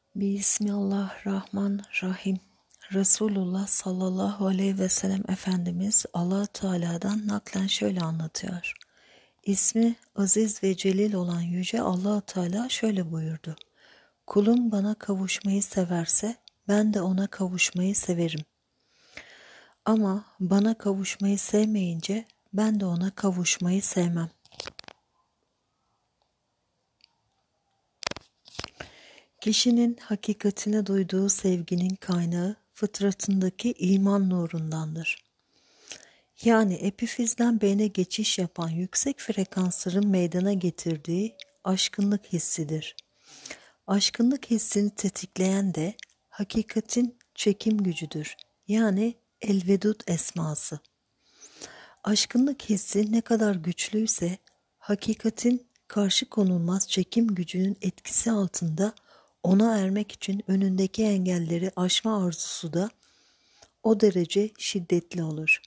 Bismillahirrahmanirrahim. Resulullah sallallahu aleyhi ve sellem Efendimiz Allah Teala'dan naklen şöyle anlatıyor. İsmi aziz ve celil olan Yüce Allah Teala şöyle buyurdu. Kulum bana kavuşmayı severse ben de ona kavuşmayı severim. Ama bana kavuşmayı sevmeyince ben de ona kavuşmayı sevmem. Kişinin hakikatine duyduğu sevginin kaynağı fıtratındaki iman nurundandır. Yani epifizden beyne geçiş yapan yüksek frekansların meydana getirdiği aşkınlık hissidir. Aşkınlık hissini tetikleyen de hakikatin çekim gücüdür. Yani el-vedud esması. Aşkınlık hissi ne kadar güçlüyse hakikatin karşı konulmaz çekim gücünün etkisi altında ona ermek için önündeki engelleri aşma arzusu da o derece şiddetli olur.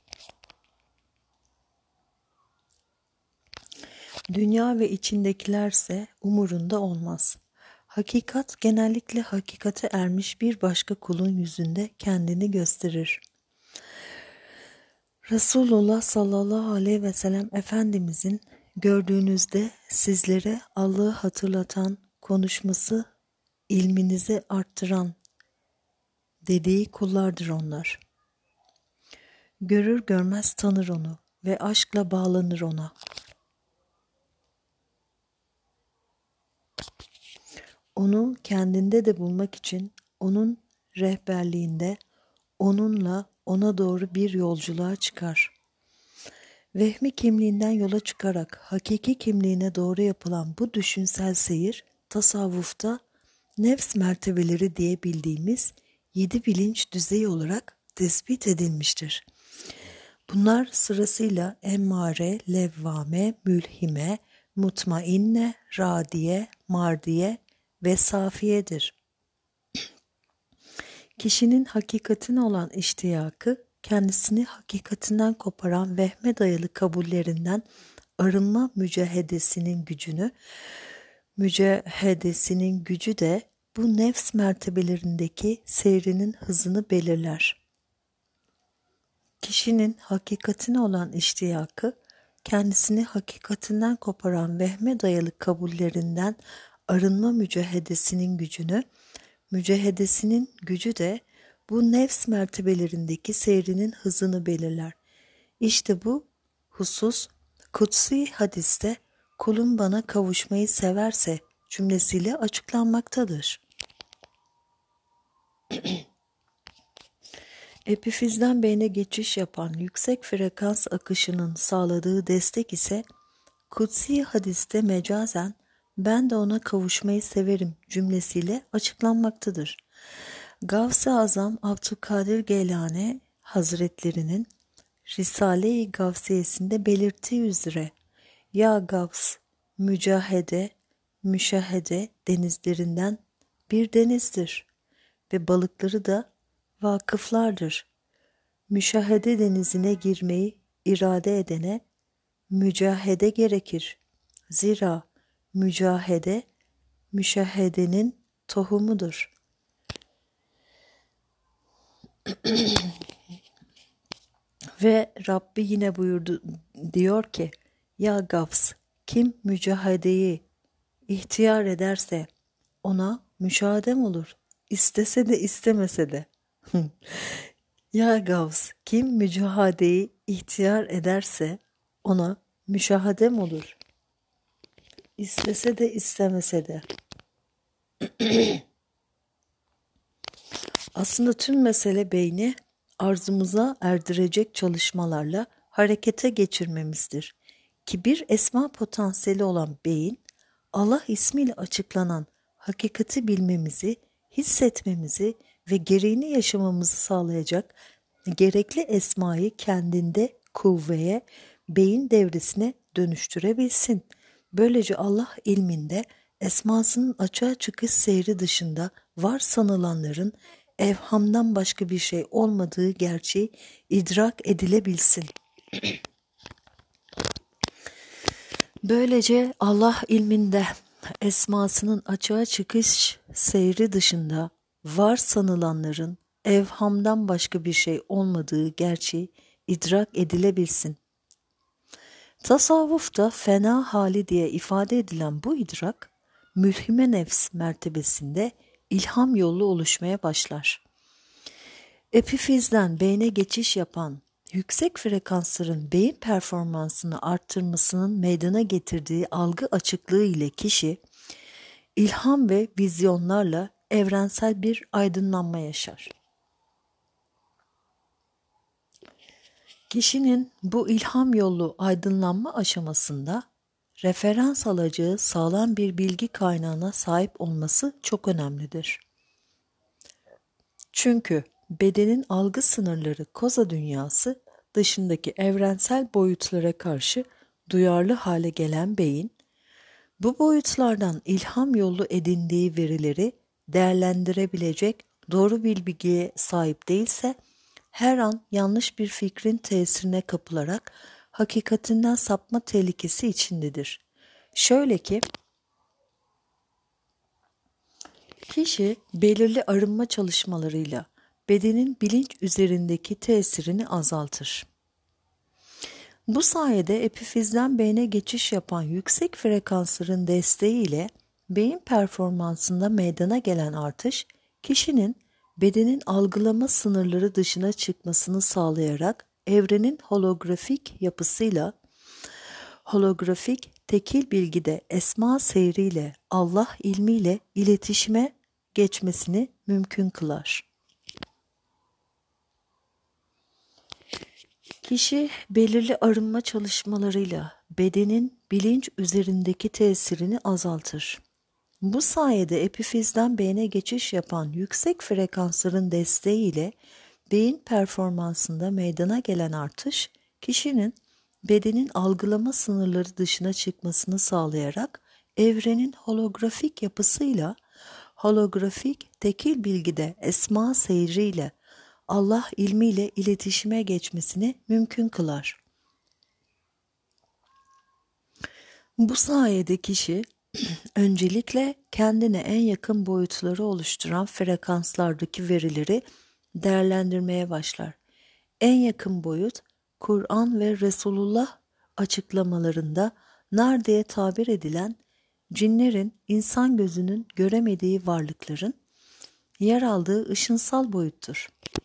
Dünya ve içindekilerse umurunda olmaz. Hakikat genellikle hakikate ermiş bir başka kulun yüzünde kendini gösterir. Resulullah sallallahu aleyhi ve sellem Efendimizin gördüğünüzde sizlere Allah'ı hatırlatan konuşması ilminizi arttıran dediği kullardır onlar. Görür görmez tanır onu ve aşkla bağlanır ona. Onu kendinde de bulmak için onun rehberliğinde onunla ona doğru bir yolculuğa çıkar. Vehmi kimliğinden yola çıkarak hakiki kimliğine doğru yapılan bu düşünsel seyir tasavvufta nefs mertebeleri diye bildiğimiz 7 bilinç düzeyi olarak tespit edilmiştir. Bunlar sırasıyla emmare, levvame, mülhime, mutmainne, radiye, mardiye ve safiyedir. Kişinin hakikatine olan iştiyakı, kendisini hakikatinden koparan vehme dayalı kabullerinden arınma mücahedesinin gücü de bu nefs mertebelerindeki seyrinin hızını belirler. Kişinin hakikatine olan iştiyakı, kendisini hakikatinden koparan vehme dayalı kabullerinden arınma mücahedesinin gücü de bu nefs mertebelerindeki seyrinin hızını belirler. İşte bu husus kutsi hadiste kulum bana kavuşmayı severse cümlesiyle açıklanmaktadır. Epifizden beyne geçiş yapan yüksek frekans akışının sağladığı destek ise kutsi hadiste mecazen ben de ona kavuşmayı severim cümlesiyle açıklanmaktadır. Gavs-ı Azam Abdülkadir Geylani Hazretlerinin Risale-i Gavsiyesinde belirttiği üzere ya Gavs müşahede denizlerinden bir denizdir ve balıkları da vakıflardır. Müşahede denizine girmeyi irade edene mücahede gerekir. Zira müşahedenin tohumudur. Ve Rabbi yine buyurdu diyor ki ya Gavs kim mücahedeyi ihtiyar ederse ona müşahedem olur. İstese de istemese de. Ya Gavs kim mücahadeyi ihtiyar ederse ona müşahedem olur. İstese de istemese de. Aslında tüm mesele beyni arzumuza erdirecek çalışmalarla harekete geçirmemizdir. Ki bir esma potansiyeli olan beyin, Allah ismiyle açıklanan hakikati bilmemizi, hissetmemizi ve gereğini yaşamamızı sağlayacak gerekli esmayı kendinde kuvveye, beyin devresine dönüştürebilsin. Böylece Allah ilminde esmasının açığa çıkış seyri dışında var sanılanların evhamdan başka bir şey olmadığı gerçeği idrak edilebilsin. Böylece Allah ilminde esmasının açığa çıkış seyri dışında var sanılanların evhamdan başka bir şey olmadığı gerçeği idrak edilebilsin. Tasavvufta fena hali diye ifade edilen bu idrak, mülhime nefs mertebesinde ilham yolu oluşmaya başlar. Epifizden beyne geçiş yapan yüksek frekansların beyin performansını arttırmasının meydana getirdiği algı açıklığı ile kişi, ilham ve vizyonlarla evrensel bir aydınlanma yaşar. Kişinin bu ilham yolu aydınlanma aşamasında referans alacağı sağlam bir bilgi kaynağına sahip olması çok önemlidir. Çünkü bedenin algı sınırları koza dünyası dışındaki evrensel boyutlara karşı duyarlı hale gelen beyin, bu boyutlardan ilham yolu edindiği verileri değerlendirebilecek doğru bir bilgiye sahip değilse, her an yanlış bir fikrin tesirine kapılarak hakikatinden sapma tehlikesi içindedir. Şöyle ki, kişi belirli arınma çalışmalarıyla bedenin bilinç üzerindeki tesirini azaltır. Bu sayede epifizden beyne geçiş yapan yüksek frekansların desteğiyle beyin performansında meydana gelen artış, kişinin bedenin algılama sınırları dışına çıkmasını sağlayarak evrenin holografik yapısıyla, holografik tekil bilgide esma seyriyle, Allah ilmiyle iletişime geçmesini mümkün kılar. Kişi belirli arınma çalışmalarıyla bedenin bilinç üzerindeki tesirini azaltır. Bu sayede epifizden beyne geçiş yapan yüksek frekansların desteğiyle beyin performansında meydana gelen artış, kişinin bedenin algılama sınırları dışına çıkmasını sağlayarak evrenin holografik yapısıyla, holografik tekil bilgide esma seyriyle, Allah ilmiyle iletişime geçmesini mümkün kılar. Bu sayede kişi öncelikle kendine en yakın boyutları oluşturan frekanslardaki verileri değerlendirmeye başlar. En yakın boyut, Kur'an ve Resulullah açıklamalarında nar diye tabir edilen cinlerin insan gözünün göremediği varlıkların yer aldığı ışınsal boyuttur.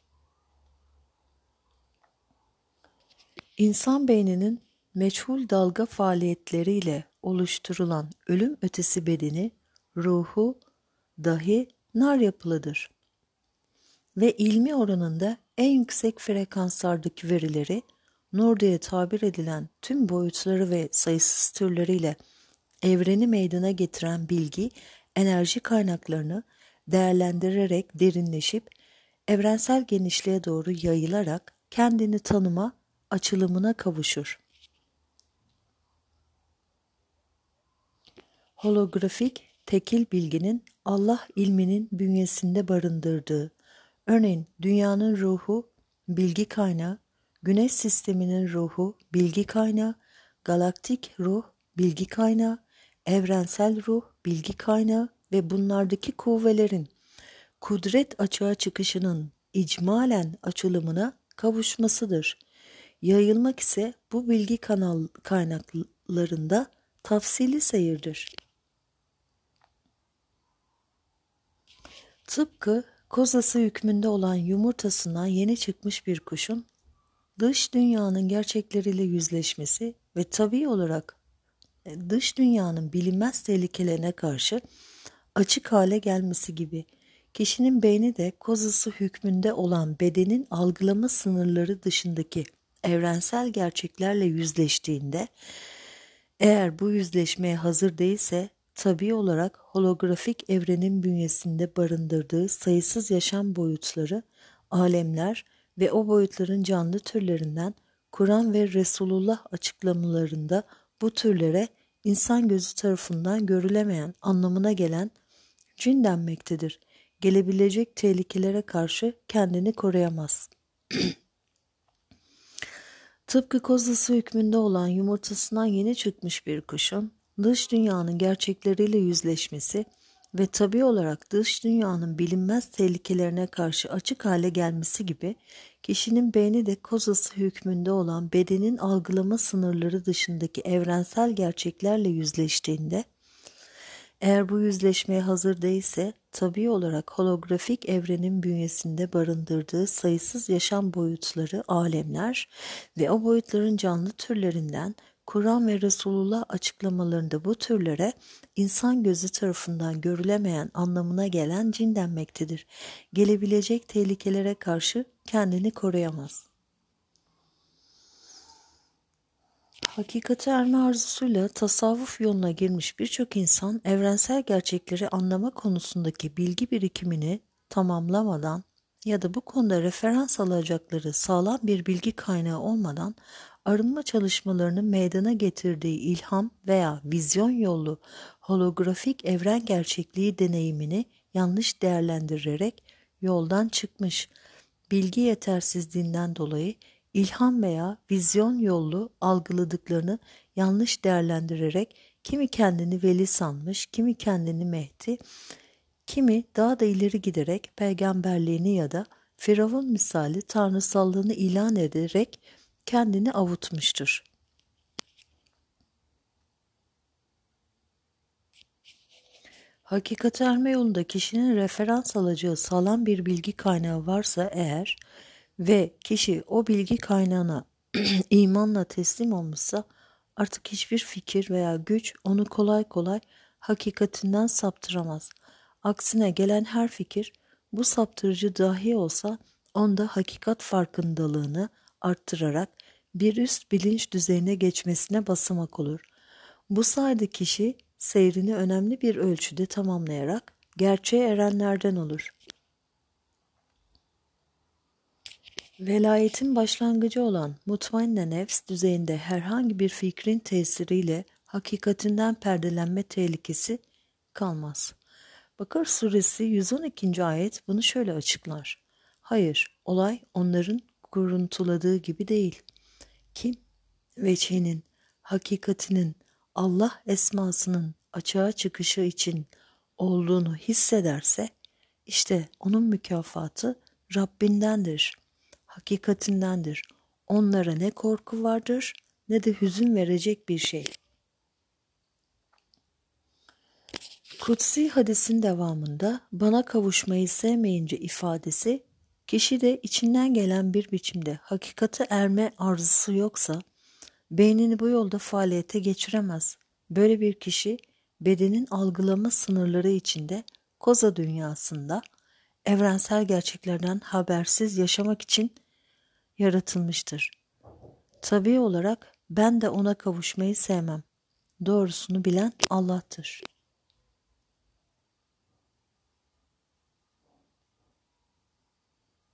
İnsan beyninin meçhul dalga faaliyetleriyle oluşturulan ölüm ötesi bedeni, ruhu dahi nar yapılıdır. Ve ilmi oranında en yüksek frekanslardaki verileri, nur diye tabir edilen tüm boyutları ve sayısız türleriyle evreni meydana getiren bilgi, enerji kaynaklarını değerlendirerek derinleşip, evrensel genişliğe doğru yayılarak kendini tanıma, açılımına kavuşur. Holografik tekil bilginin Allah ilminin bünyesinde barındırdığı, örneğin dünyanın ruhu bilgi kaynağı, güneş sisteminin ruhu bilgi kaynağı, galaktik ruh bilgi kaynağı, evrensel ruh bilgi kaynağı ve bunlardaki kuvvelerin kudret açığa çıkışının icmalen açılımına kavuşmasıdır. Yayılmak ise bu bilgi kaynaklarında tafsili seyirdir. Tıpkı kozası hükmünde olan yumurtasından yeni çıkmış bir kuşun dış dünyanın gerçekleriyle yüzleşmesi ve tabii olarak dış dünyanın bilinmez tehlikelerine karşı açık hale gelmesi gibi, kişinin beyni de kozası hükmünde olan bedenin algılama sınırları dışındaki evrensel gerçeklerle yüzleştiğinde, eğer bu yüzleşmeye hazır değilse, tabii olarak holografik evrenin bünyesinde barındırdığı sayısız yaşam boyutları, alemler ve o boyutların canlı türlerinden Kur'an ve Resulullah açıklamalarında bu türlere insan gözü tarafından görülemeyen anlamına gelen cin denmektedir. Gelebilecek tehlikelere karşı kendini koruyamaz. Tıpkı kozası hükmünde olan yumurtasından yeni çıkmış bir kuşun dış dünyanın gerçekleriyle yüzleşmesi ve tabii olarak dış dünyanın bilinmez tehlikelerine karşı açık hale gelmesi gibi kişinin beyni de kozası hükmünde olan bedenin algılama sınırları dışındaki evrensel gerçeklerle yüzleştiğinde, eğer bu yüzleşmeye hazır değilse, tabii olarak holografik evrenin bünyesinde barındırdığı sayısız yaşam boyutları, alemler ve o boyutların canlı türlerinden Kur'an ve Resulullah açıklamalarında bu türlere insan gözü tarafından görülemeyen anlamına gelen cin denmektedir. Gelebilecek tehlikelere karşı kendini koruyamaz. Hakikate erme arzusuyla tasavvuf yoluna girmiş birçok insan evrensel gerçekleri anlama konusundaki bilgi birikimini tamamlamadan ya da bu konuda referans alacakları sağlam bir bilgi kaynağı olmadan arınma çalışmalarının meydana getirdiği ilham veya vizyon yolu holografik evren gerçekliği deneyimini yanlış değerlendirerek yoldan çıkmış, bilgi yetersizliğinden dolayı ilham veya vizyon yollu algıladıklarını yanlış değerlendirerek kimi kendini veli sanmış, kimi kendini Mehdi, kimi daha da ileri giderek peygamberliğini ya da Firavun misali tanrısallığını ilan ederek kendini avutmuştur. Hakikate erme yolunda kişinin referans alacağı sağlam bir bilgi kaynağı varsa eğer ve kişi o bilgi kaynağına imanla teslim olmuşsa artık hiçbir fikir veya güç onu kolay kolay hakikatinden saptıramaz. Aksine gelen her fikir bu saptırıcı dahi olsa onda hakikat farkındalığını arttırarak bir üst bilinç düzeyine geçmesine basamak olur. Bu sayede kişi seyrini önemli bir ölçüde tamamlayarak gerçeğe erenlerden olur. Velayetin başlangıcı olan mutmainne nefs düzeyinde herhangi bir fikrin tesiriyle hakikatinden perdelenme tehlikesi kalmaz. Bakara suresi 112. ayet bunu şöyle açıklar. Hayır, olay onların kuruntuladığı gibi değil. Kim veçhinin, hakikatinin, Allah esmasının açığa çıkışı için olduğunu hissederse, işte onun mükafatı Rabbindendir, hakikatindendir. Onlara ne korku vardır ne de hüzün verecek bir şey. Kutsi hadisin devamında bana kavuşmayı sevmeyince ifadesi, kişide içinden gelen bir biçimde hakikate erme arzusu yoksa, beynini bu yolda faaliyete geçiremez. Böyle bir kişi bedenin algılama sınırları içinde koza dünyasında evrensel gerçeklerden habersiz yaşamak için yaratılmıştır. Tabii olarak ben de ona kavuşmayı sevmem. Doğrusunu bilen Allah'tır.